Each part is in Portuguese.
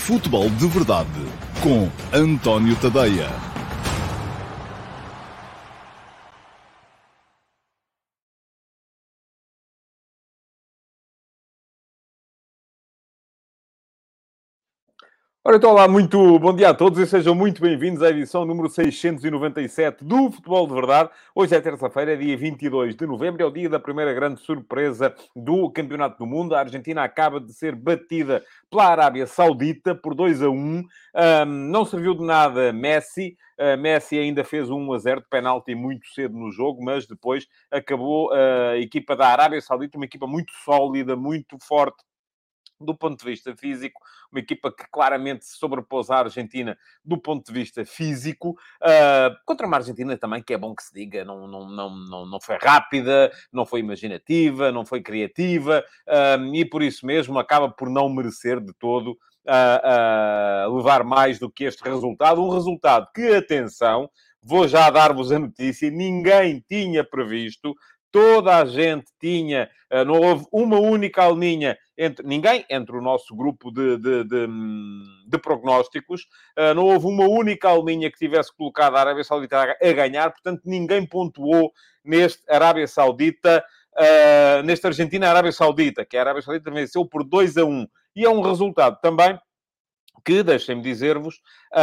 Futebol de Verdade com António Tadeia. Ora, então, olá, muito bom dia a todos e sejam muito bem-vindos à edição número 697 do Futebol de Verdade. Hoje é terça-feira, dia 22 de novembro, é o dia da primeira grande surpresa do Campeonato do Mundo. A Argentina acaba de ser batida pela Arábia Saudita por 2-1. Não serviu de nada Messi. Messi ainda fez 1-0 de penalti muito cedo no jogo, mas depois acabou a equipa da Arábia Saudita, uma equipa muito sólida, muito forte do ponto de vista físico, uma equipa que claramente se sobrepôs à Argentina do ponto de vista físico, contra uma Argentina também, que é bom que se diga, não foi rápida, não foi imaginativa, não foi criativa, e por isso mesmo acaba por não merecer de todo levar mais do que este resultado. Um resultado que, atenção, vou já dar-vos a notícia, ninguém tinha previsto. Toda a gente tinha, não houve uma única alminha entre o nosso grupo de prognósticos, não houve uma única alminha que tivesse colocado a Arábia Saudita a ganhar, portanto, ninguém pontuou neste Arábia Saudita, neste Argentina-Arábia Saudita, que a Arábia Saudita venceu por 2-1. E é um resultado também que, deixem-me dizer-vos,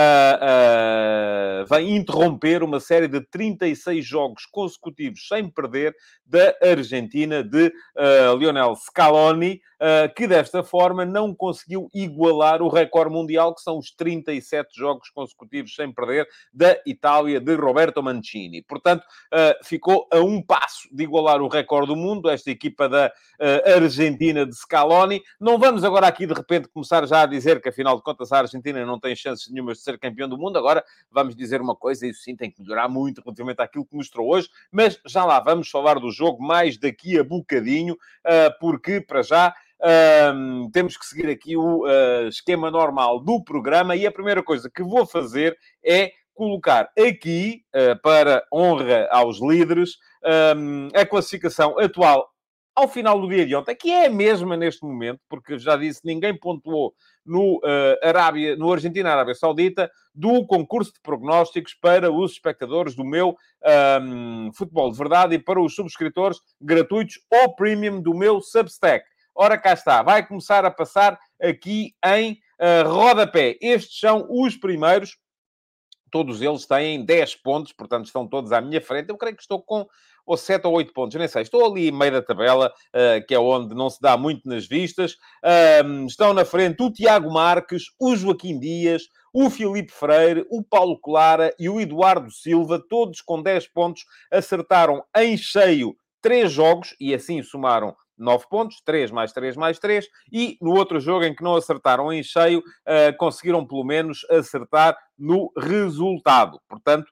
vai interromper uma série de 36 jogos consecutivos sem perder da Argentina de Lionel Scaloni, que desta forma não conseguiu igualar o recorde mundial, que são os 37 jogos consecutivos sem perder da Itália de Roberto Mancini. Portanto, ficou a um passo de igualar o recorde do mundo, esta equipa da Argentina de Scaloni. Não vamos agora aqui, de repente, começar já a dizer que, afinal de contas, a Argentina não tem chances nenhumas de ser campeão do mundo. Agora, vamos dizer uma coisa, isso sim tem que melhorar muito relativamente àquilo que mostrou hoje, mas já lá vamos falar do jogo mais daqui a bocadinho, porque, para já, temos que seguir aqui o esquema normal do programa e a primeira coisa que vou fazer é colocar aqui, para honra aos líderes, a classificação atual ao final do dia de ontem, que é a mesma neste momento, porque já disse, ninguém pontuou no Argentina-Arábia Saudita, do concurso de prognósticos para os espectadores do meu Futebol de Verdade e para os subscritores gratuitos ou premium do meu Substack. Ora, cá está. Vai começar a passar aqui em rodapé. Estes são os primeiros. Todos eles têm 10 pontos, portanto estão todos à minha frente. Eu creio que estou com ou 7 ou 8 pontos, eu nem sei. Estou ali em meio da tabela, que é onde não se dá muito nas vistas. Estão na frente o Tiago Marques, o Joaquim Dias, o Filipe Freire, o Paulo Clara e o Eduardo Silva, todos com 10 pontos, acertaram em cheio 3 jogos e assim somaram 9 pontos, 3 mais 3 mais 3, e no outro jogo em que não acertaram em cheio, conseguiram pelo menos acertar no resultado. Portanto,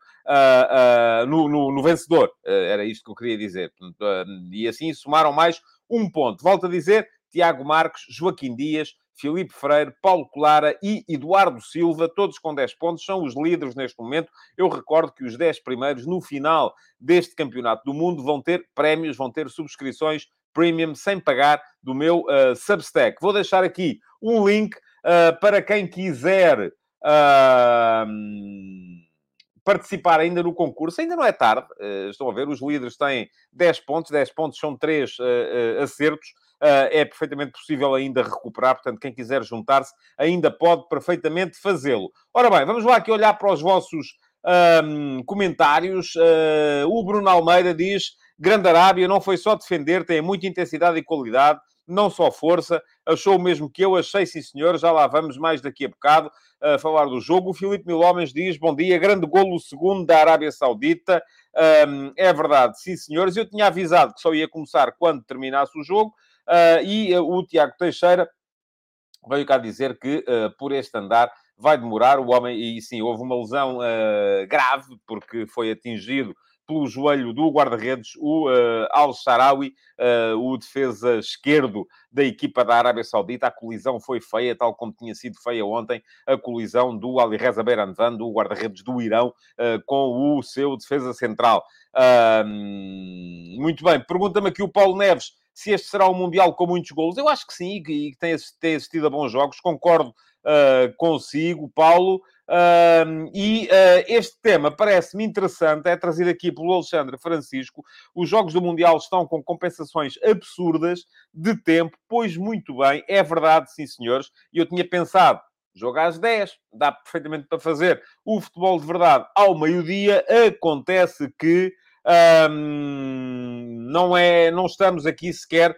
no vencedor. Era isto que eu queria dizer. E assim somaram mais um ponto. Volto a dizer, Tiago Marques, Joaquim Dias, Filipe Freire, Paulo Clara e Eduardo Silva, todos com 10 pontos, são os líderes neste momento. Eu recordo que os 10 primeiros, no final deste Campeonato do Mundo, vão ter prémios, vão ter subscrições premium sem pagar do meu Substack. Vou deixar aqui um link para quem quiser participar ainda no concurso. Ainda não é tarde. Estão a ver, os líderes têm 10 pontos. 10 pontos são 3 acertos. É perfeitamente possível ainda recuperar. Portanto, quem quiser juntar-se ainda pode perfeitamente fazê-lo. Ora bem, vamos lá aqui olhar para os vossos comentários. O Bruno Almeida diz: Grande Arábia não foi só defender, tem muita intensidade e qualidade, não só força. Achou o mesmo que eu, achei, sim senhor. Já lá vamos mais daqui a bocado a falar do jogo. O Filipe Mil Homens diz: bom dia, grande golo, o segundo da Arábia Saudita. É verdade, sim senhores. Eu tinha avisado que só ia começar quando terminasse o jogo. E o Tiago Teixeira veio cá dizer que, por este andar, vai demorar. O homem, e sim, houve uma lesão grave, porque foi atingido pelo joelho do guarda-redes, o Al-Sharawi, o defesa esquerdo da equipa da Arábia Saudita. A colisão foi feia, tal como tinha sido feia ontem, a colisão do Alireza Beiranvand, do guarda-redes do Irão, com o seu defesa central. Muito bem. Pergunta-me aqui o Paulo Neves se este será um Mundial com muitos golos. Eu acho que sim, e que tem assistido a bons jogos. Concordo consigo, Paulo. Este tema parece-me interessante, é trazido aqui pelo Alexandre Francisco. Os Jogos do Mundial estão com compensações absurdas de tempo, pois muito bem, é verdade, sim senhores, e eu tinha pensado, jogo às 10, dá perfeitamente para fazer o futebol de verdade ao meio-dia. Acontece que não estamos aqui sequer.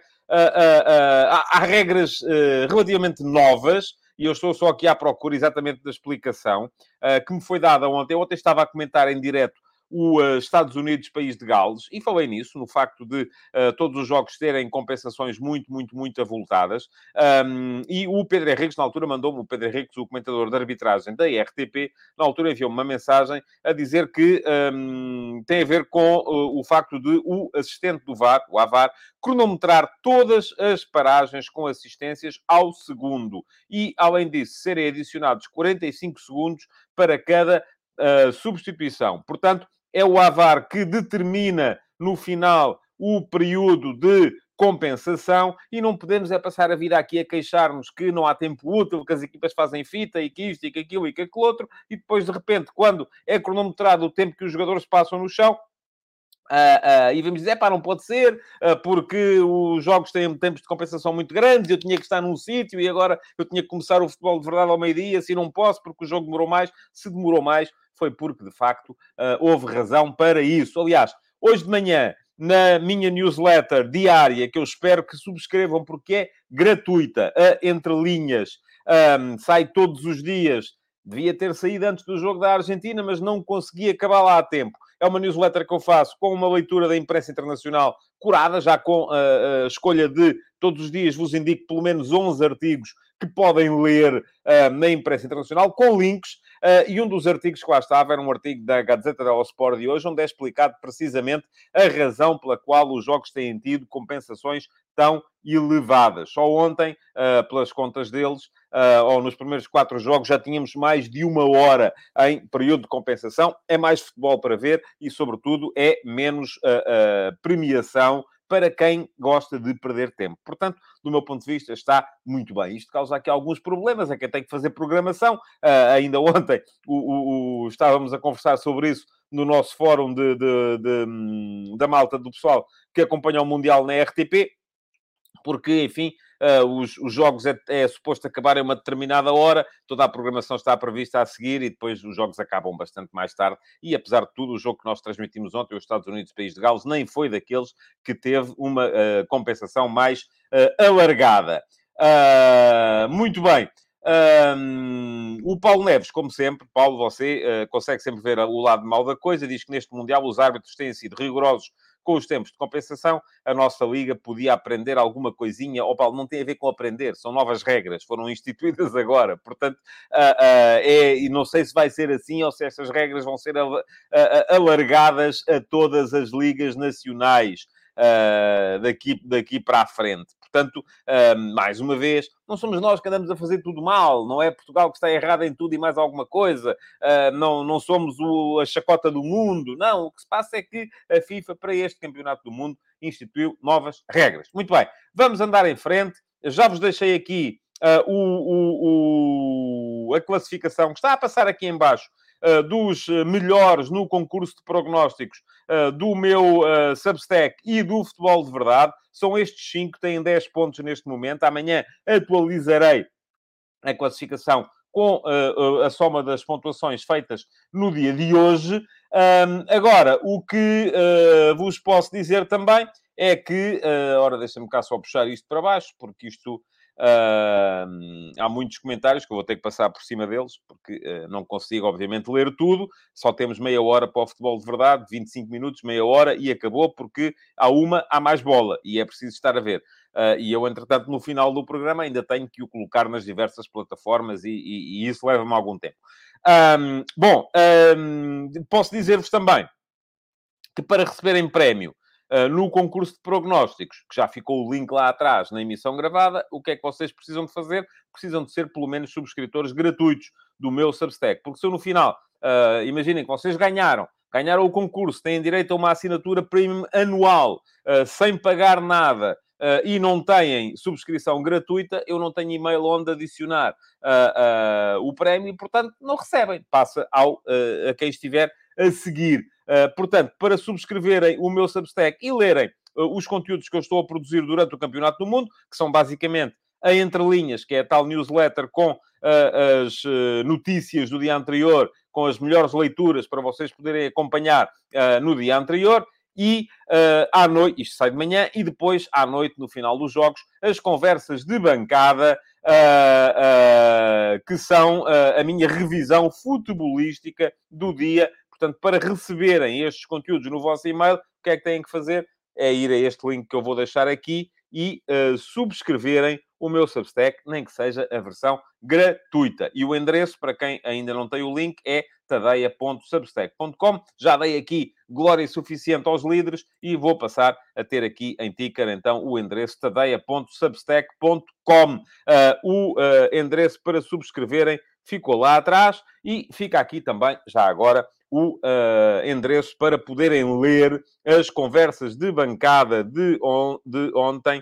Há regras relativamente novas, e eu estou só aqui à procura exatamente da explicação que me foi dada ontem. Ontem estava a comentar em direto o Estados Unidos, país de Gales, e falei nisso, no facto de todos os jogos terem compensações muito, muito, muito avultadas. E o Pedro Henriques, na altura, mandou-me, o Pedro Henriques, o comentador de arbitragem da RTP, na altura enviou-me uma mensagem a dizer que tem a ver com o facto de o assistente do VAR, o AVAR, cronometrar todas as paragens com assistências ao segundo. E, além disso, serem adicionados 45 segundos para cada substituição. Portanto, é o AVAR que determina, no final, o período de compensação, e não podemos é passar a vida aqui a queixar-nos que não há tempo útil, que as equipas fazem fita, e que isto, e que aquilo, e que aquilo outro, e depois, de repente, quando é cronometrado o tempo que os jogadores passam no chão, e vamos dizer, pá, não pode ser, porque os jogos têm tempos de compensação muito grandes, eu tinha que estar num sítio e agora eu tinha que começar o futebol de verdade ao meio-dia, assim não posso, porque o jogo demorou mais. Se demorou mais, foi porque, de facto, houve razão para isso. Aliás, hoje de manhã, na minha newsletter diária, que eu espero que subscrevam, porque é gratuita, Entre Linhas, sai todos os dias. Devia ter saído antes do jogo da Argentina, mas não consegui acabar lá a tempo. É uma newsletter que eu faço com uma leitura da imprensa internacional curada, já com a escolha de, todos os dias, vos indico pelo menos 11 artigos que podem ler na imprensa internacional, com links. E um dos artigos que lá estava era um artigo da Gazzetta dello Sport de hoje, onde é explicado precisamente a razão pela qual os jogos têm tido compensações tão elevadas. Só ontem, pelas contas deles, ou nos primeiros 4 jogos, já tínhamos mais de 1 hora em período de compensação. É mais futebol para ver e, sobretudo, é menos premiação para quem gosta de perder tempo. Portanto, do meu ponto de vista, está muito bem. Isto causa aqui alguns problemas, é que tem que fazer programação. Ainda ontem estávamos a conversar sobre isso no nosso fórum da malta do pessoal que acompanha o Mundial na RTP, porque, enfim, os jogos é suposto acabarem a uma determinada hora, toda a programação está prevista a seguir e depois os jogos acabam bastante mais tarde. E, apesar de tudo, o jogo que nós transmitimos ontem, os Estados Unidos, país de Gales, nem foi daqueles que teve uma compensação mais alargada. Muito bem. O Paulo Neves, como sempre, Paulo, você consegue sempre ver o lado mau da coisa, diz que neste Mundial os árbitros têm sido rigorosos com os tempos de compensação. A nossa liga podia aprender alguma coisinha. Paulo, não tem a ver com aprender, são novas regras, foram instituídas agora. Portanto, e não sei se vai ser assim ou se estas regras vão ser alargadas a todas as ligas nacionais daqui para a frente. Portanto, mais uma vez, não somos nós que andamos a fazer tudo mal, não é Portugal que está errado em tudo e mais alguma coisa, não somos a chacota do mundo, não. O que se passa é que a FIFA, para este Campeonato do Mundo, instituiu novas regras. Muito bem, vamos andar em frente. Já vos deixei aqui a classificação que está a passar aqui em baixo dos melhores no concurso de prognósticos do meu Substack e do Futebol de Verdade. São estes 5 que têm 10 pontos neste momento. Amanhã atualizarei a classificação com a soma das pontuações feitas no dia de hoje. Agora, o que vos posso dizer também é que... ora, deixa-me cá só puxar isto para baixo, porque isto... há muitos comentários que eu vou ter que passar por cima deles, porque não consigo, obviamente, ler tudo. Só temos meia hora para o futebol de verdade, 25 minutos, meia hora, e acabou, porque há mais bola, e é preciso estar a ver. E eu, entretanto, no final do programa, ainda tenho que o colocar nas diversas plataformas, e isso leva-me algum tempo. Posso dizer-vos também que para receberem prémio no concurso de prognósticos, que já ficou o link lá atrás na emissão gravada, o que é que vocês precisam de fazer? Precisam de ser, pelo menos, subscritores gratuitos do meu Substack. Porque se eu, no final, imaginem que vocês ganharam o concurso, têm direito a uma assinatura premium anual, sem pagar nada, e não têm subscrição gratuita, eu não tenho e-mail onde adicionar o prémio e, portanto, não recebem. Passa a quem estiver a seguir. Portanto, para subscreverem o meu Substack e lerem os conteúdos que eu estou a produzir durante o Campeonato do Mundo, que são basicamente a Entrelinhas, que é a tal newsletter com as notícias do dia anterior, com as melhores leituras para vocês poderem acompanhar no dia anterior. E à noite, isto sai de manhã, e depois, à noite, no final dos jogos, as conversas de bancada, que são a minha revisão futebolística do dia. Portanto, para receberem estes conteúdos no vosso e-mail, o que é que têm que fazer? É ir a este link que eu vou deixar aqui e subscreverem o meu Substack, nem que seja a versão gratuita. E o endereço, para quem ainda não tem o link, é tadeia.substack.com. Já dei aqui glória suficiente aos líderes e vou passar a ter aqui em ticker, então, o endereço tadeia.substack.com. O endereço para subscreverem ficou lá atrás e fica aqui também, já agora, o endereço para poderem ler as conversas de bancada de ontem,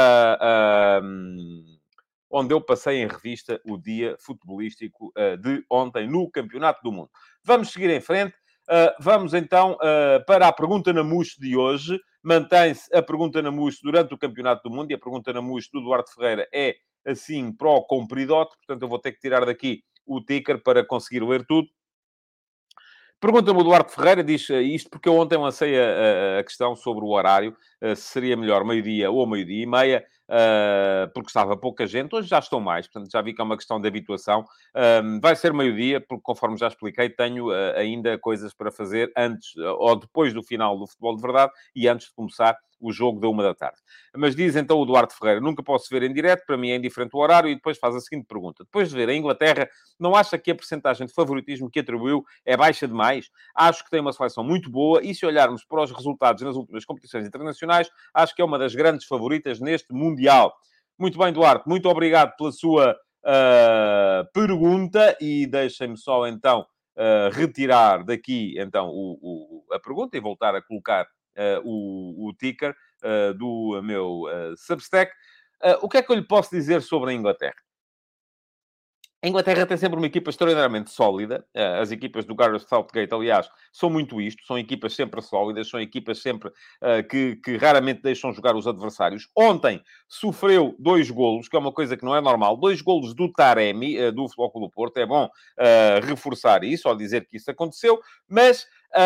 onde eu passei em revista o dia futebolístico de ontem no Campeonato do Mundo. Vamos seguir em frente. Vamos então para a pergunta na mousse de hoje. Mantém-se a pergunta na mousse durante o Campeonato do Mundo e a pergunta na mousse do Duarte Ferreira é assim para o compridote, portanto eu vou ter que tirar daqui o ticker para conseguir ler tudo. Pergunta-me o Duarte Ferreira, diz isto porque eu ontem lancei a questão sobre o horário, se seria melhor meio-dia ou meio-dia e meia, porque estava pouca gente. Hoje já estão mais, portanto já vi que é uma questão de habituação. Vai ser meio-dia, porque conforme já expliquei, tenho ainda coisas para fazer antes ou depois do final do Futebol de Verdade e antes de começar o jogo da 1 da tarde. Mas diz então o Duarte Ferreira, nunca posso ver em direto, para mim é indiferente o horário, e depois faz a seguinte pergunta. Depois de ver a Inglaterra, não acha que a percentagem de favoritismo que atribuiu é baixa demais? Acho que tem uma seleção muito boa e se olharmos para os resultados nas últimas competições internacionais, acho que é uma das grandes favoritas neste Mundial. Muito bem, Duarte, muito obrigado pela sua pergunta e deixem-me só então retirar daqui então a pergunta e voltar a colocar o ticker do meu Substack. O que é que eu lhe posso dizer sobre a Inglaterra? A Inglaterra tem sempre uma equipa extraordinariamente sólida. As equipas do Gareth Southgate, aliás, são muito isto. São equipas sempre sólidas, são equipas sempre que raramente deixam jogar os adversários. Ontem sofreu 2 golos, que é uma coisa que não é normal. 2 golos do Taremi, do Futebol Clube do Porto. É bom reforçar isso, ou dizer que isso aconteceu. Mas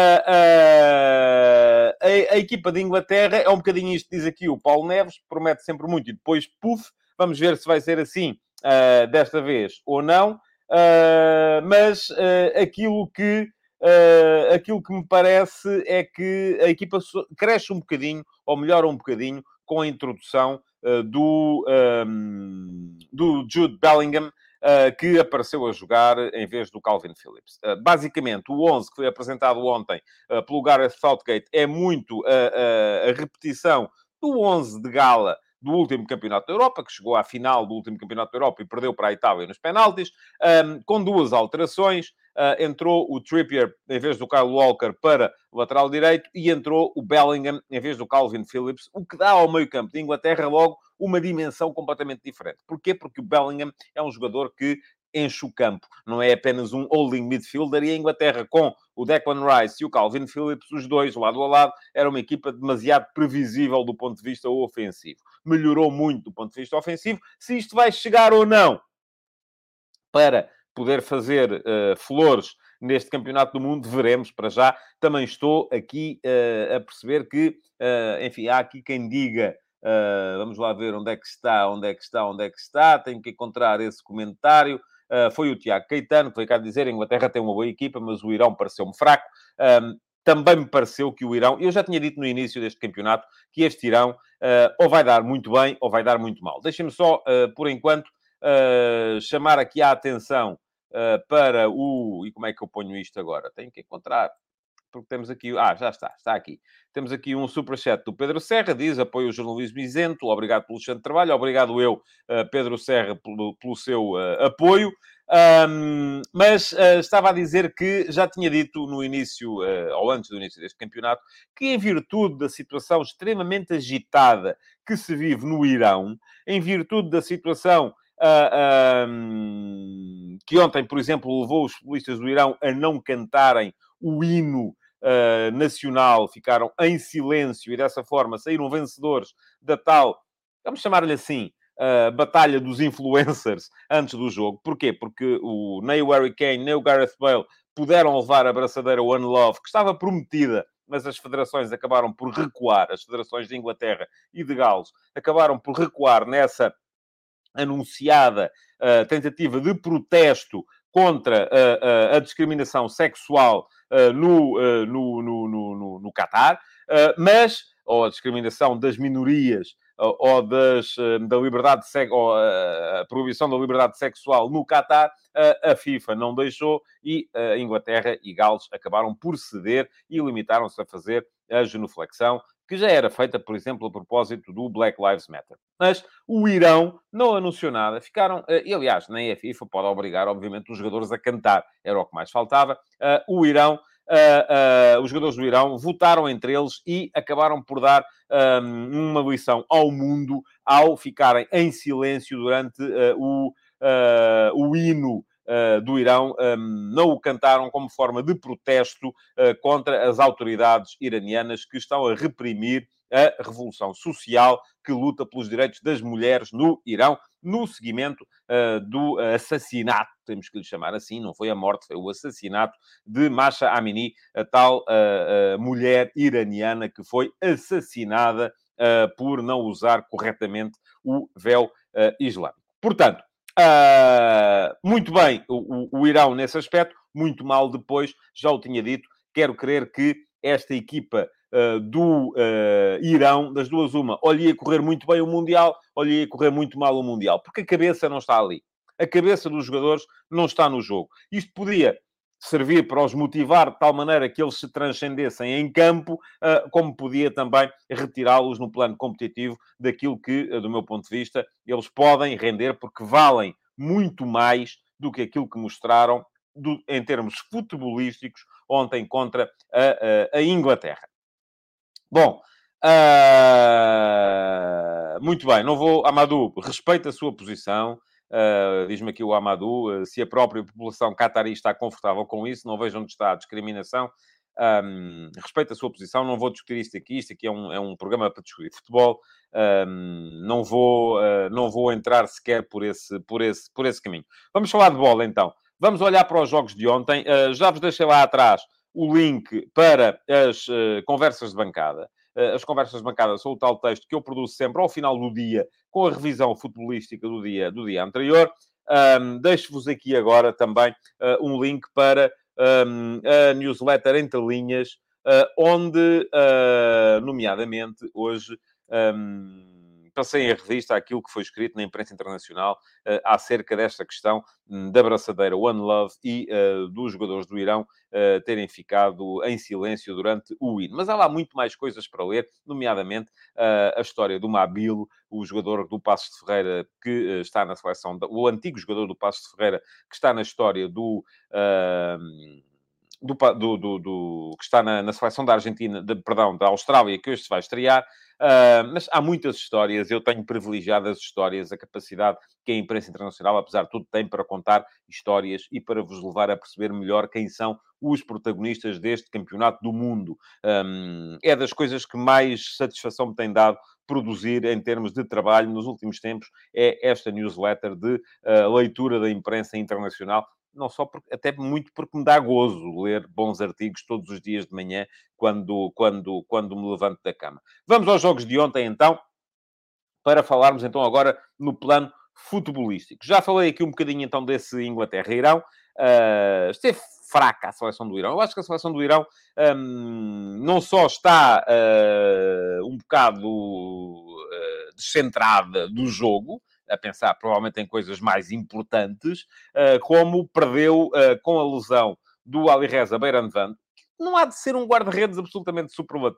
a equipa de Inglaterra é um bocadinho isto que diz aqui o Paulo Neves. Promete sempre muito e depois, puf, vamos ver se vai ser assim desta vez ou não, mas aquilo que me parece é que a equipa cresce um bocadinho, ou melhora um bocadinho, com a introdução do Jude Bellingham, que apareceu a jogar em vez do Calvin Phillips. Basicamente, o 11 que foi apresentado ontem pelo Gareth Southgate é muito a repetição do 11 de gala do último Campeonato da Europa, que chegou à final do último Campeonato da Europa e perdeu para a Itália nos penaltis, com 2 alterações. Entrou o Trippier em vez do Kyle Walker para o lateral direito e entrou o Bellingham em vez do Calvin Phillips, o que dá ao meio-campo de Inglaterra logo uma dimensão completamente diferente. Porquê? Porque o Bellingham é um jogador que enche o campo, não é apenas um holding midfielder, e a Inglaterra com o Declan Rice e o Calvin Phillips, os dois lado a lado, era uma equipa demasiado previsível do ponto de vista ofensivo. Melhorou muito do ponto de vista ofensivo. Se isto vai chegar ou não para poder fazer flores neste Campeonato do Mundo, veremos. Para já, também estou aqui a perceber que, enfim, há aqui quem diga, vamos lá ver onde é que está, tenho que encontrar esse comentário. Foi o Tiago Caetano, que veio cá dizer, a Inglaterra tem uma boa equipa, mas o Irão pareceu-me fraco. Também me pareceu que o Irão... Eu já tinha dito no início deste campeonato que este Irão ou vai dar muito bem ou vai dar muito mal. Deixem-me só, por enquanto, chamar aqui a atenção para o... E como é que eu ponho isto agora? Tenho que encontrar... Porque temos aqui... já está aqui. Temos aqui um superchat do Pedro Serra, diz, apoio o jornalismo isento, obrigado pelo excelente trabalho, obrigado eu, Pedro Serra, pelo seu apoio. Mas estava a dizer que já tinha dito no início, ou antes do início deste campeonato, que em virtude da situação extremamente agitada que se vive no Irão, em virtude da situação que ontem, por exemplo, levou os futebolistas do Irão a não cantarem o hino nacional, ficaram em silêncio e dessa forma saíram vencedores da tal, vamos chamar-lhe assim, batalha dos influencers antes do jogo. Porquê? Porque nem o Harry Kane, nem o Gareth Bale puderam levar a braçadeira One Love, que estava prometida, mas as federações acabaram por recuar, as federações de Inglaterra e de Gales acabaram por recuar nessa anunciada tentativa de protesto contra a discriminação sexual no Catar, mas, ou a discriminação das minorias, ou da liberdade, ou a proibição da liberdade sexual no Catar, a FIFA não deixou e a Inglaterra e Gales acabaram por ceder e limitaram-se a fazer a genuflexão, que já era feita, por exemplo, a propósito do Black Lives Matter. Mas o Irão não anunciou nada. Ficaram... E, aliás, nem a FIFA pode obrigar, obviamente, os jogadores a cantar. Era o que mais faltava. O Irão... os jogadores do Irão votaram entre eles e acabaram por dar uma lição ao mundo ao ficarem em silêncio durante o hino do Irão, não o cantaram como forma de protesto contra as autoridades iranianas que estão a reprimir a revolução social que luta pelos direitos das mulheres no Irão, no seguimento do assassinato, temos que lhe chamar assim, não foi a morte, foi o assassinato de Mahsa Amini, a tal mulher iraniana que foi assassinada por não usar corretamente o véu islâmico. Portanto, muito bem o Irão nesse aspecto, muito mal depois, já o tinha dito, quero crer que esta equipa do Irão, das duas uma, ou lhe ia correr muito bem o Mundial, ou lhe ia correr muito mal o Mundial, porque a cabeça não está ali. A cabeça dos jogadores não está no jogo. Isto podia servir para os motivar de tal maneira que eles se transcendessem em campo, como podia também retirá-los no plano competitivo daquilo que, do meu ponto de vista, eles podem render, porque valem muito mais do que aquilo que mostraram em termos futebolísticos ontem contra a Inglaterra. Bom, muito bem, não vou... Amadou, respeito a sua posição. Diz-me aqui o Amadou, se a própria população catarí está confortável com isso, não vejo onde está a discriminação. Respeito a sua posição, não vou discutir isto aqui é um programa para discutir futebol. Não vou entrar sequer por esse caminho. Vamos falar de bola, então. Vamos olhar para os jogos de ontem. Já vos deixei lá atrás o link para as conversas de bancada. As conversas de bancada são o tal texto que eu produzo sempre ao final do dia, com a revisão futebolística do dia anterior. Deixo-vos aqui agora também um link para a newsletter Entre Linhas, onde, nomeadamente, hoje... passei em revista aquilo que foi escrito na imprensa internacional acerca desta questão da braçadeira One Love e dos jogadores do Irão terem ficado em silêncio durante o hino. Mas há lá muito mais coisas para ler, nomeadamente a história do Mabilo, o jogador do Paços de Ferreira que está na seleção, o antigo jogador do Paços de Ferreira que está na história que está na seleção da Argentina, da Austrália, que hoje se vai estrear. Mas há muitas histórias, eu tenho privilegiado as histórias, a capacidade que a imprensa internacional, apesar de tudo, tem para contar histórias e para vos levar a perceber melhor quem são os protagonistas deste campeonato do mundo. É das coisas que mais satisfação me tem dado produzir em termos de trabalho nos últimos tempos, é esta newsletter de leitura da imprensa internacional, não só porque, até muito porque me dá gozo ler bons artigos todos os dias de manhã, quando me levanto da cama. Vamos aos jogos de ontem, então, para falarmos, então, agora no plano futebolístico. Já falei aqui um bocadinho, então, desse Inglaterra-Irão. Esteve fraca a seleção do Irão. Eu acho que a seleção do Irão não só está um bocado descentrada do jogo, a pensar provavelmente em coisas mais importantes, como perdeu com a lesão do Alireza Beiranvand, que não há de ser um guarda-redes absolutamente superlativo.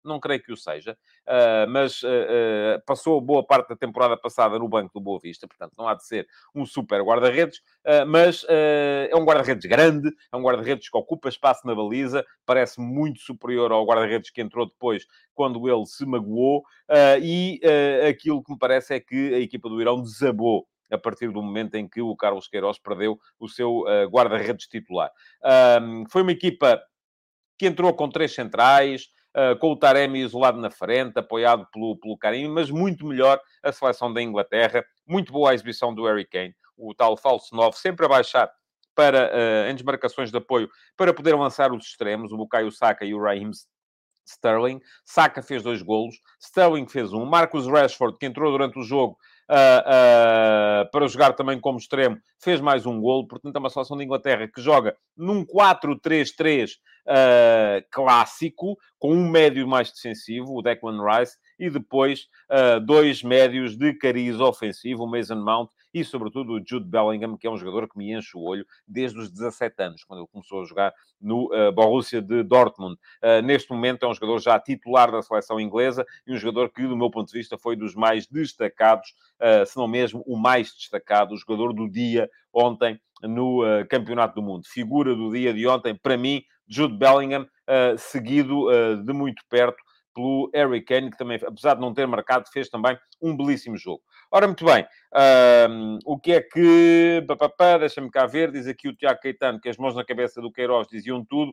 Não creio que o seja, mas passou boa parte da temporada passada no banco do Boa Vista, portanto não há de ser um super guarda-redes, mas é um guarda-redes grande, é um guarda-redes que ocupa espaço na baliza, parece muito superior ao guarda-redes que entrou depois, quando ele se magoou, aquilo que me parece é que a equipa do Irão desabou a partir do momento em que o Carlos Queiroz perdeu o seu guarda-redes titular. Foi uma equipa que entrou com 3 centrais, com o Taremi isolado na frente, apoiado pelo Karim, mas muito melhor a seleção da Inglaterra. Muito boa a exibição do Harry Kane, o tal falso 9, sempre a baixar em desmarcações de apoio, para poder lançar os extremos, o Bukayo Saka e o Raheem Sterling. Saka fez 2 golos, Sterling fez 1. Marcus Rashford, que entrou durante o jogo para jogar também como extremo, fez mais um golo. Portanto, é uma seleção de Inglaterra que joga num 4-3-3 clássico, com um médio mais defensivo, o Declan Rice, e depois 2 médios de cariz ofensivo, o Mason Mount e, sobretudo, o Jude Bellingham, que é um jogador que me enche o olho desde os 17 anos, quando ele começou a jogar no Borussia de Dortmund. Neste momento é um jogador já titular da seleção inglesa e um jogador que, do meu ponto de vista, foi dos mais destacados, se não mesmo o mais destacado, o jogador do dia ontem no Campeonato do Mundo. Figura do dia de ontem, para mim, Jude Bellingham, seguido de muito perto pelo Harry Kane, que também, apesar de não ter marcado, fez também um belíssimo jogo. Ora, muito bem, o que é que... Deixa-me cá ver, diz aqui o Tiago Caetano que as mãos na cabeça do Queiroz diziam tudo.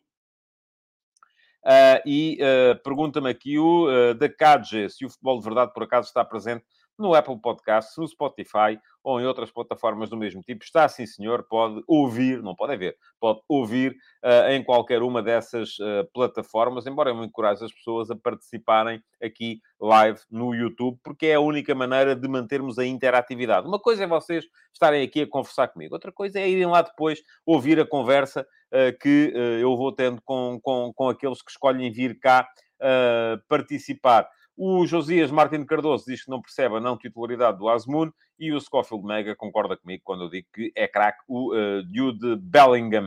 Pergunta-me aqui o da Cadge se o Futebol de Verdade, por acaso, está presente no Apple Podcasts, no Spotify ou em outras plataformas do mesmo tipo. Está, sim, senhor. Pode ouvir, não pode ver, pode ouvir em qualquer uma dessas plataformas, embora eu encoraje as pessoas a participarem aqui live no YouTube, porque é a única maneira de mantermos a interatividade. Uma coisa é vocês estarem aqui a conversar comigo, outra coisa é irem lá depois ouvir a conversa que eu vou tendo com aqueles que escolhem vir cá participar. O Josias Martins Cardoso diz que não percebe a não titularidade do Azmoun e o Scofield Mega concorda comigo quando eu digo que é craque o Jude Bellingham.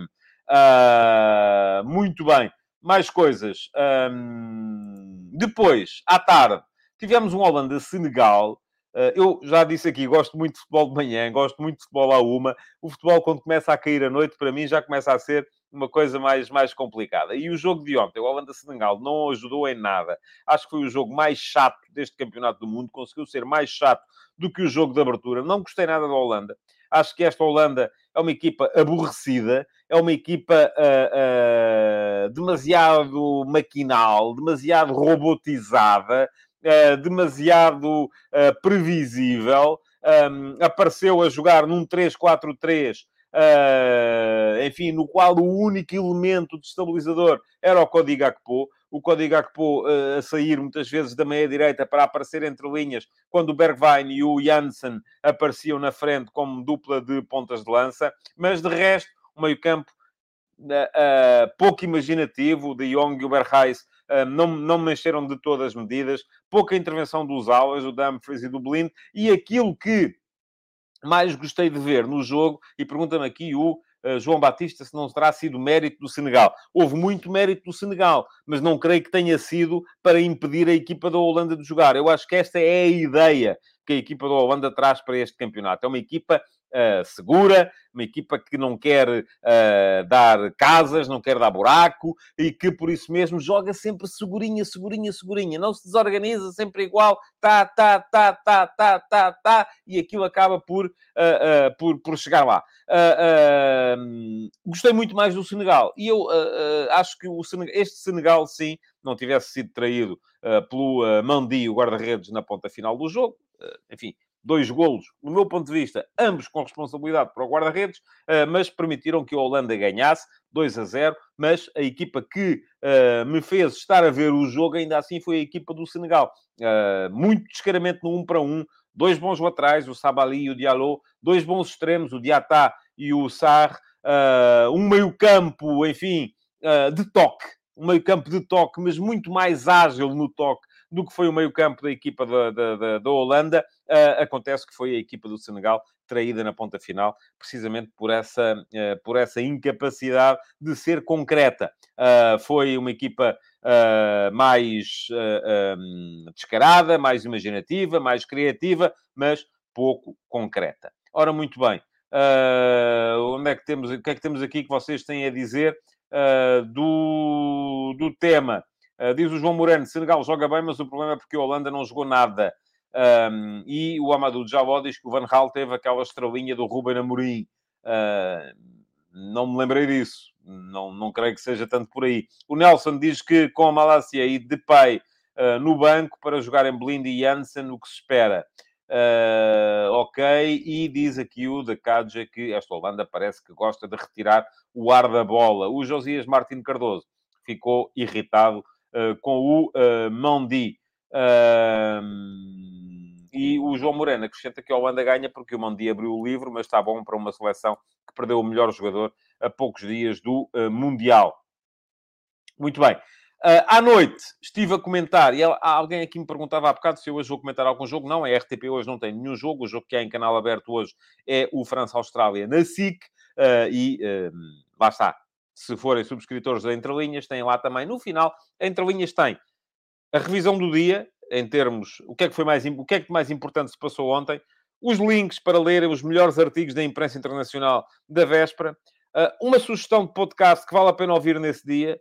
Muito bem. Mais coisas. Depois, à tarde, tivemos um Holanda-Senegal. Eu já disse aqui, gosto muito de futebol de manhã, gosto muito de futebol à uma. O futebol, quando começa a cair à noite, para mim, já começa a ser uma coisa mais complicada. E o jogo de ontem, o Holanda-Senegal, não ajudou em nada. Acho que foi o jogo mais chato deste Campeonato do Mundo. Conseguiu ser mais chato do que o jogo de abertura. Não gostei nada da Holanda. Acho que esta Holanda é uma equipa aborrecida. É uma equipa demasiado maquinal, demasiado robotizada, demasiado previsível. Apareceu a jogar num 3-4-3, enfim, no qual o único elemento destabilizador era o Cody Gakpo. O Cody Gakpo a sair muitas vezes da meia-direita para aparecer entre linhas, quando o Bergwijn e o Janssen apareciam na frente como dupla de pontas de lança. Mas, de resto, o meio-campo pouco imaginativo. O De Jong e o Berghuis não mexeram de todas as medidas. Pouca intervenção dos alas, o Dumfries e do Blind. E aquilo que mais gostei de ver no jogo, e pergunta-me aqui o João Batista se não terá sido mérito do Senegal. Houve muito mérito do Senegal, mas não creio que tenha sido para impedir a equipa da Holanda de jogar. Eu acho que esta é a ideia que a equipa da Holanda traz para este campeonato. É uma equipa segura, uma equipa que não quer dar casas, não quer dar buraco, e que, por isso mesmo, joga sempre segurinha, segurinha, segurinha. Não se desorganiza, sempre igual. E aquilo acaba por chegar lá. Gostei muito mais do Senegal. E eu acho que este Senegal, sim, não tivesse sido traído pelo Mendy, o guarda-redes, na ponta final do jogo. Enfim, 2 golos, no meu ponto de vista, ambos com responsabilidade para o guarda-redes, mas permitiram que a Holanda ganhasse 2-0. Mas a equipa que me fez estar a ver o jogo, ainda assim, foi a equipa do Senegal. Muito descaramento no 1-1, 2 bons laterais, o Sabali e o Diallo, 2 bons extremos, o Diatá e o Sarr, um meio-campo, enfim, de toque. Um meio-campo de toque, mas muito mais ágil no toque do que foi o meio-campo da equipa da Holanda. Acontece que foi a equipa do Senegal traída na ponta final, precisamente por essa incapacidade de ser concreta. Foi uma equipa mais descarada, mais imaginativa, mais criativa, mas pouco concreta. Ora, muito bem. Onde é que temos, o que é que temos aqui que vocês têm a dizer do tema? Diz o João Moreno, Senegal joga bem, mas o problema é porque a Holanda não jogou nada. E o Amadou Jaló diz que o Van Gaal teve aquela estrelinha do Ruben Amorim. Não me lembrei disso. Não creio que seja tanto por aí. O Nelson diz que com a Malásia e Depay no banco para jogar em Blind e Janssen, o que se espera. Ok, e diz aqui o da Cadja que esta Holanda parece que gosta de retirar o ar da bola. O Josias Martins Cardoso ficou irritado com o Mondi. E o João Moreno acrescenta que a Holanda ganha porque o Mondi abriu o livro, mas está bom para uma seleção que perdeu o melhor jogador a poucos dias do Mundial. Muito bem. À noite, estive a comentar, e alguém aqui me perguntava há bocado se eu hoje vou comentar algum jogo. Não, a RTP hoje não tem nenhum jogo. O jogo que há em canal aberto hoje é o França-Austrália na SIC. Lá está. Se forem subscritores da Entrelinhas, têm lá também. No final, a Entrelinhas tem a revisão do dia, em termos... O que é que mais importante se passou ontem? Os links para lerem os melhores artigos da imprensa internacional da véspera. Uma sugestão de podcast que vale a pena ouvir nesse dia.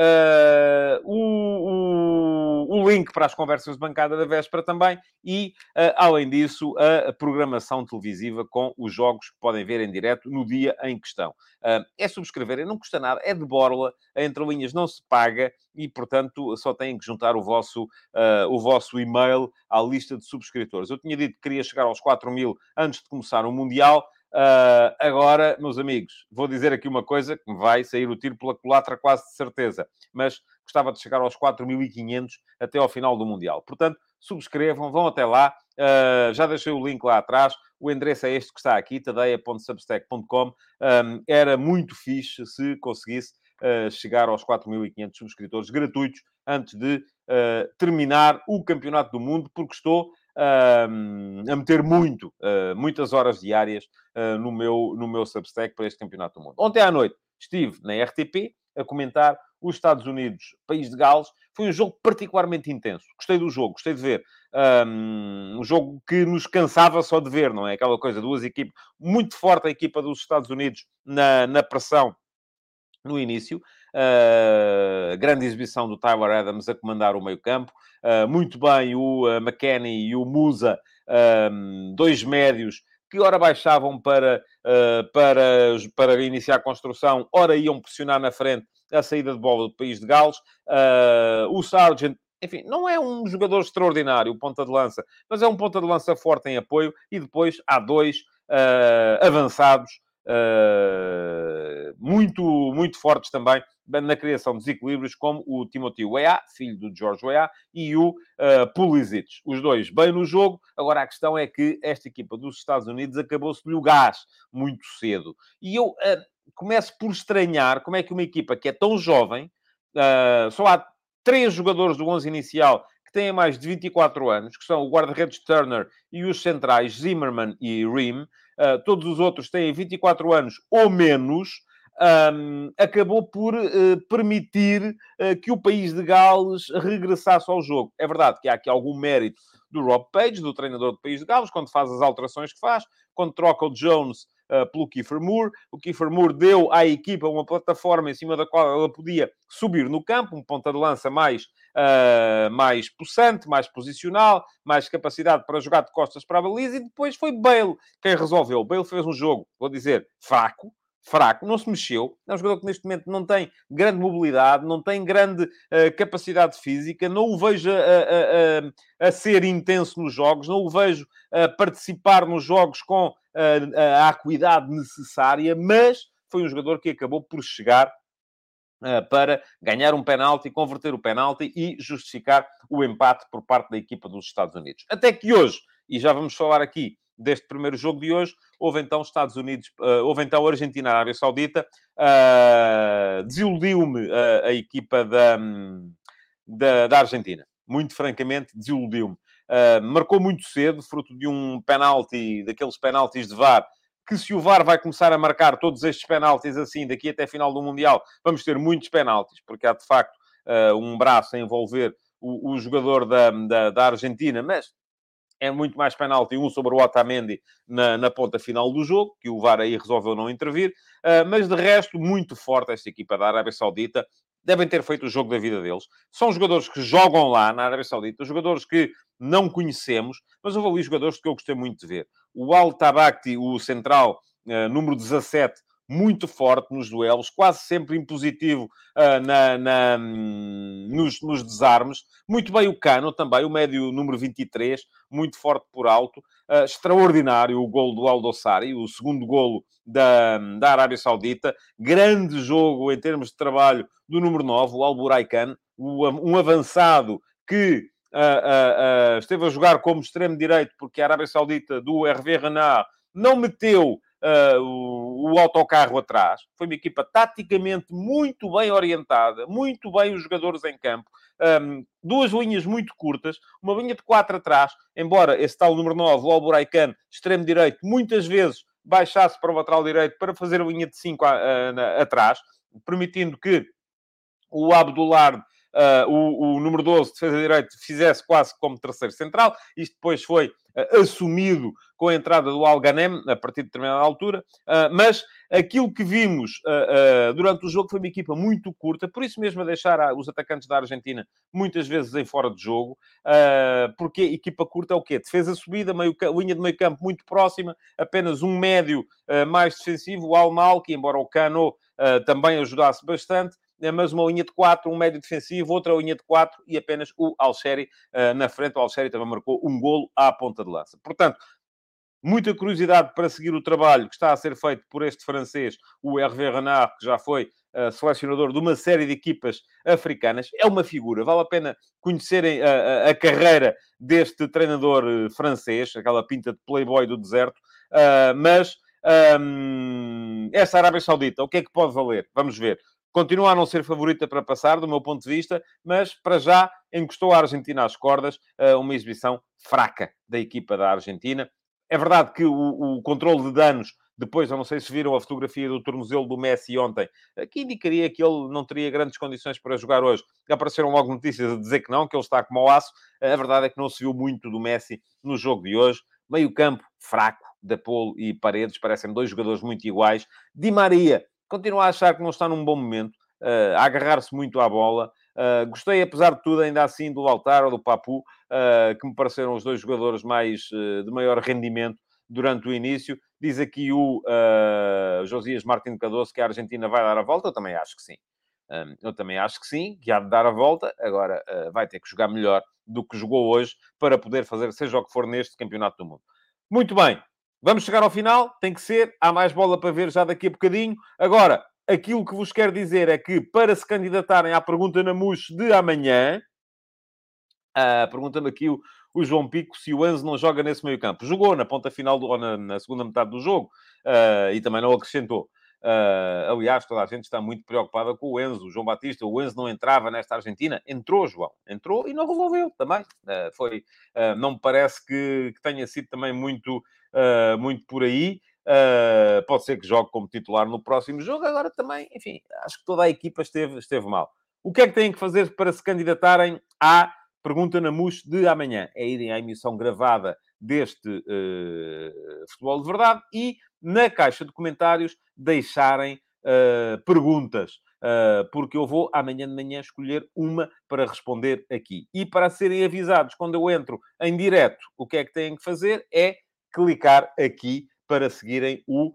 O link para as conversas de bancada da véspera também e, além disso, a programação televisiva com os jogos que podem ver em direto no dia em questão. É subscreverem, não custa nada, é de borla, a Entrelinhas não se paga e, portanto, só têm que juntar o vosso e-mail à lista de subscritores. Eu tinha dito que queria chegar aos 4.000 antes de começar o Mundial. Agora, meus amigos, vou dizer aqui uma coisa que me vai sair o tiro pela culatra quase de certeza, mas gostava de chegar aos 4.500 até ao final do Mundial. Portanto, subscrevam, vão até lá. Já deixei o link lá atrás. O endereço é este que está aqui, tadeia.substack.com. Era muito fixe se conseguisse chegar aos 4.500 subscritores gratuitos antes de terminar o Campeonato do Mundo, porque estou a meter muitas horas diárias no meu Substack para este Campeonato do Mundo. Ontem à noite estive na RTP a comentar os Estados Unidos, País de Gales. Foi um jogo particularmente intenso. Gostei do jogo, gostei de ver. Um jogo que nos cansava só de ver, não é? Aquela coisa, duas equipes, muito forte a equipa dos Estados Unidos na pressão no início. Grande exibição do Tyler Adams a comandar o meio-campo. Muito bem o McKennie e o Musa, dois médios que ora baixavam para iniciar a construção, ora iam pressionar na frente a saída de bola do País de Gales. O Sargent, enfim, não é um jogador extraordinário, o ponta de lança, mas é um ponta de lança forte em apoio. E depois há dois avançados muito, muito fortes também na criação de desequilíbrios, como o Timothy Weah, filho do George Weah, e o Pulisic. Os dois bem no jogo. Agora, a questão é que esta equipa dos Estados Unidos acabou-se-lhe o gás muito cedo. E eu começo por estranhar como é que uma equipa que é tão jovem, só há 3 jogadores do 11 inicial que têm mais de 24 anos, que são o guarda-redes Turner e os centrais Zimmerman e Ream. Todos os outros têm 24 anos ou menos. Acabou por permitir que o País de Gales regressasse ao jogo. É verdade que há aqui algum mérito do Rob Page, do treinador do País de Gales, quando faz as alterações que faz, quando troca o Jones pelo Kiefer Moore. O Kiefer Moore deu à equipa uma plataforma em cima da qual ela podia subir no campo, um ponta de lança mais possante, mais posicional, mais capacidade para jogar de costas para a baliza, e depois foi Bale quem resolveu. Bale fez um jogo, vou dizer, fraco, não se mexeu. É um jogador que neste momento não tem grande mobilidade, não tem grande capacidade física, não o vejo a ser intenso nos jogos, não o vejo a participar nos jogos com a acuidade necessária, mas foi um jogador que acabou por chegar para ganhar um penalti, converter o penalti e justificar o empate por parte da equipa dos Estados Unidos. Até que hoje, e já vamos falar aqui deste primeiro jogo de hoje, houve então Argentina, Arábia Saudita. Desiludiu-me a equipa da Argentina. Muito francamente, desiludiu-me. Marcou muito cedo, fruto de um penalti, daqueles penaltis de VAR, que se o VAR vai começar a marcar todos estes penaltis assim, daqui até a final do Mundial, vamos ter muitos penaltis, porque há, de facto, um braço a envolver o jogador da Argentina, mas é muito mais penalti um sobre o Otamendi na ponta final do jogo, que o VAR aí resolveu não intervir. Mas de resto, muito forte esta equipa da Arábia Saudita. Devem ter feito o jogo da vida deles. São jogadores que jogam lá na Arábia Saudita, jogadores que não conhecemos, mas houve ali jogadores que eu gostei muito de ver. O Al-Tabakti, o central, número 17, muito forte nos duelos, quase sempre impositivo nos desarmes. Muito bem o Cano também, o médio número 23, muito forte por alto. Extraordinário o golo do Al-Dossari, o segundo golo da Arábia Saudita. Grande jogo em termos de trabalho do número 9, o Al-Buraikan, um avançado que esteve a jogar como extremo-direito, porque a Arábia Saudita do Hervé Renard não meteu o autocarro atrás. Foi uma equipa taticamente muito bem orientada, muito bem os jogadores em campo. Duas linhas muito curtas, uma linha de 4 atrás, embora esse tal número 9, o Alboraican, extremo-direito, muitas vezes baixasse para o lateral direito para fazer a linha de 5 atrás, permitindo que o Abdullah, o número 12, defesa direito, fizesse quase como terceiro central. Isto depois foi assumido com a entrada do Al-Ghanem, a partir de determinada altura. Mas aquilo que vimos durante o jogo foi uma equipa muito curta, por isso mesmo a deixar os atacantes da Argentina muitas vezes em fora de jogo. Porque equipa curta é o quê? Defesa subida, linha de meio campo muito próxima, apenas um médio mais defensivo, o Al-Mal, que embora o Cano também ajudasse bastante, mas uma linha de 4, um médio defensivo, outra linha de 4 e apenas o Al-Sheri na frente. O Al-Sheri também marcou um golo à ponta de lança. Portanto, muita curiosidade para seguir o trabalho que está a ser feito por este francês, o Hervé Renard, que já foi selecionador de uma série de equipas africanas. É uma figura. Vale a pena conhecerem a carreira deste treinador francês, aquela pinta de playboy do deserto. Mas essa Arábia Saudita, o que é que pode valer? Vamos ver. Continua a não ser favorita para passar, do meu ponto de vista, mas para já encostou a Argentina às cordas, uma exibição fraca da equipa da Argentina. É verdade que o controle de danos, depois, eu não sei se viram a fotografia do tornozelo do Messi ontem, que indicaria que ele não teria grandes condições para jogar hoje. Apareceram logo notícias a dizer que não, que ele está como ao aço. A verdade é que não se viu muito do Messi no jogo de hoje. Meio campo fraco, De Paul e Paredes, parecem dois jogadores muito iguais. Di Maria, continuo a achar que não está num bom momento, a agarrar-se muito à bola. Gostei, apesar de tudo, ainda assim, do Lautaro, do Papu, que me pareceram os dois jogadores mais de maior rendimento durante o início. Diz aqui o Josias Martins Cardoso que a Argentina vai dar a volta. Eu também acho que sim. Eu também acho que sim, que há de dar a volta. Agora vai ter que jogar melhor do que jogou hoje para poder fazer seja o que for neste Campeonato do Mundo. Muito bem. Vamos chegar ao final. Tem que ser. Há mais bola para ver já daqui a bocadinho. Agora, aquilo que vos quero dizer é que, para se candidatarem à pergunta na MUS de amanhã, pergunta-me aqui o João Pico se o Enzo não joga nesse meio campo. Jogou na ponta final, ou na segunda metade do jogo, e também não acrescentou. Aliás, toda a gente está muito preocupada com o Enzo, o João Batista. O Enzo não entrava nesta Argentina. Entrou, João. Entrou e não resolveu também. Não me parece que tenha sido também muito por aí. Pode ser que jogue como titular no próximo jogo. Agora também, enfim, acho que toda a equipa esteve mal. O que é que têm que fazer para se candidatarem à pergunta na MUS de amanhã? É irem à emissão gravada deste Futebol de Verdade e, na caixa de comentários, deixarem perguntas. Porque eu vou, amanhã de manhã, escolher uma para responder aqui. E para serem avisados, quando eu entro em direto, o que é que têm que fazer? É clicar aqui para seguirem o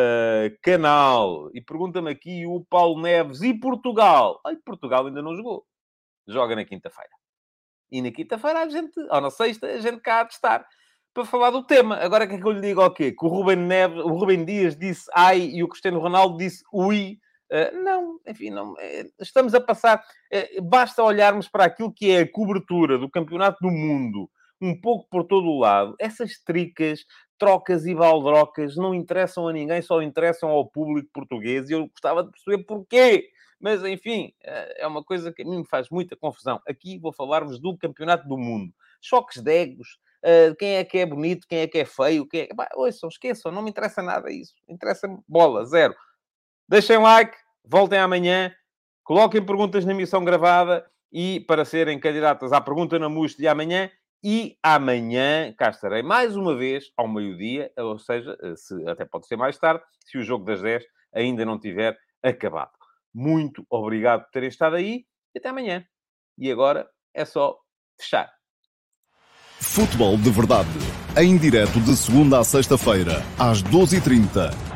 canal. E pergunta-me aqui o Paulo Neves. E Portugal? Ai, Portugal ainda não jogou. Joga na quinta-feira. E na quinta-feira a gente, ou na sexta, a gente cá há de estar para falar do tema. Agora, o que é que eu lhe digo ao quê? Que o Rubem Dias disse ai e o Cristiano Ronaldo disse ui. Não, enfim, não, estamos a passar... basta olharmos para aquilo que é a cobertura do Campeonato do Mundo, um pouco por todo o lado. Essas tricas, trocas e baldrocas não interessam a ninguém, só interessam ao público português. E eu gostava de perceber porquê. Mas, enfim, é uma coisa que a mim me faz muita confusão. Aqui vou falar-vos do Campeonato do Mundo. Choques de egos, quem é que é bonito, quem é que é feio, quem é... ouçam, esqueçam, não me interessa nada isso. Interessa-me bola, zero. Deixem like, voltem amanhã Coloquem perguntas na emissão gravada e para serem candidatas à pergunta na MUS de amanhã. E amanhã cá estarei mais uma vez ao meio-dia, ou seja, até pode ser mais tarde, se o jogo das 10 ainda não tiver acabado. Muito obrigado por terem estado aí e até amanhã. E agora é só fechar. Futebol de Verdade, em direto de segunda a sexta-feira, às 12h30.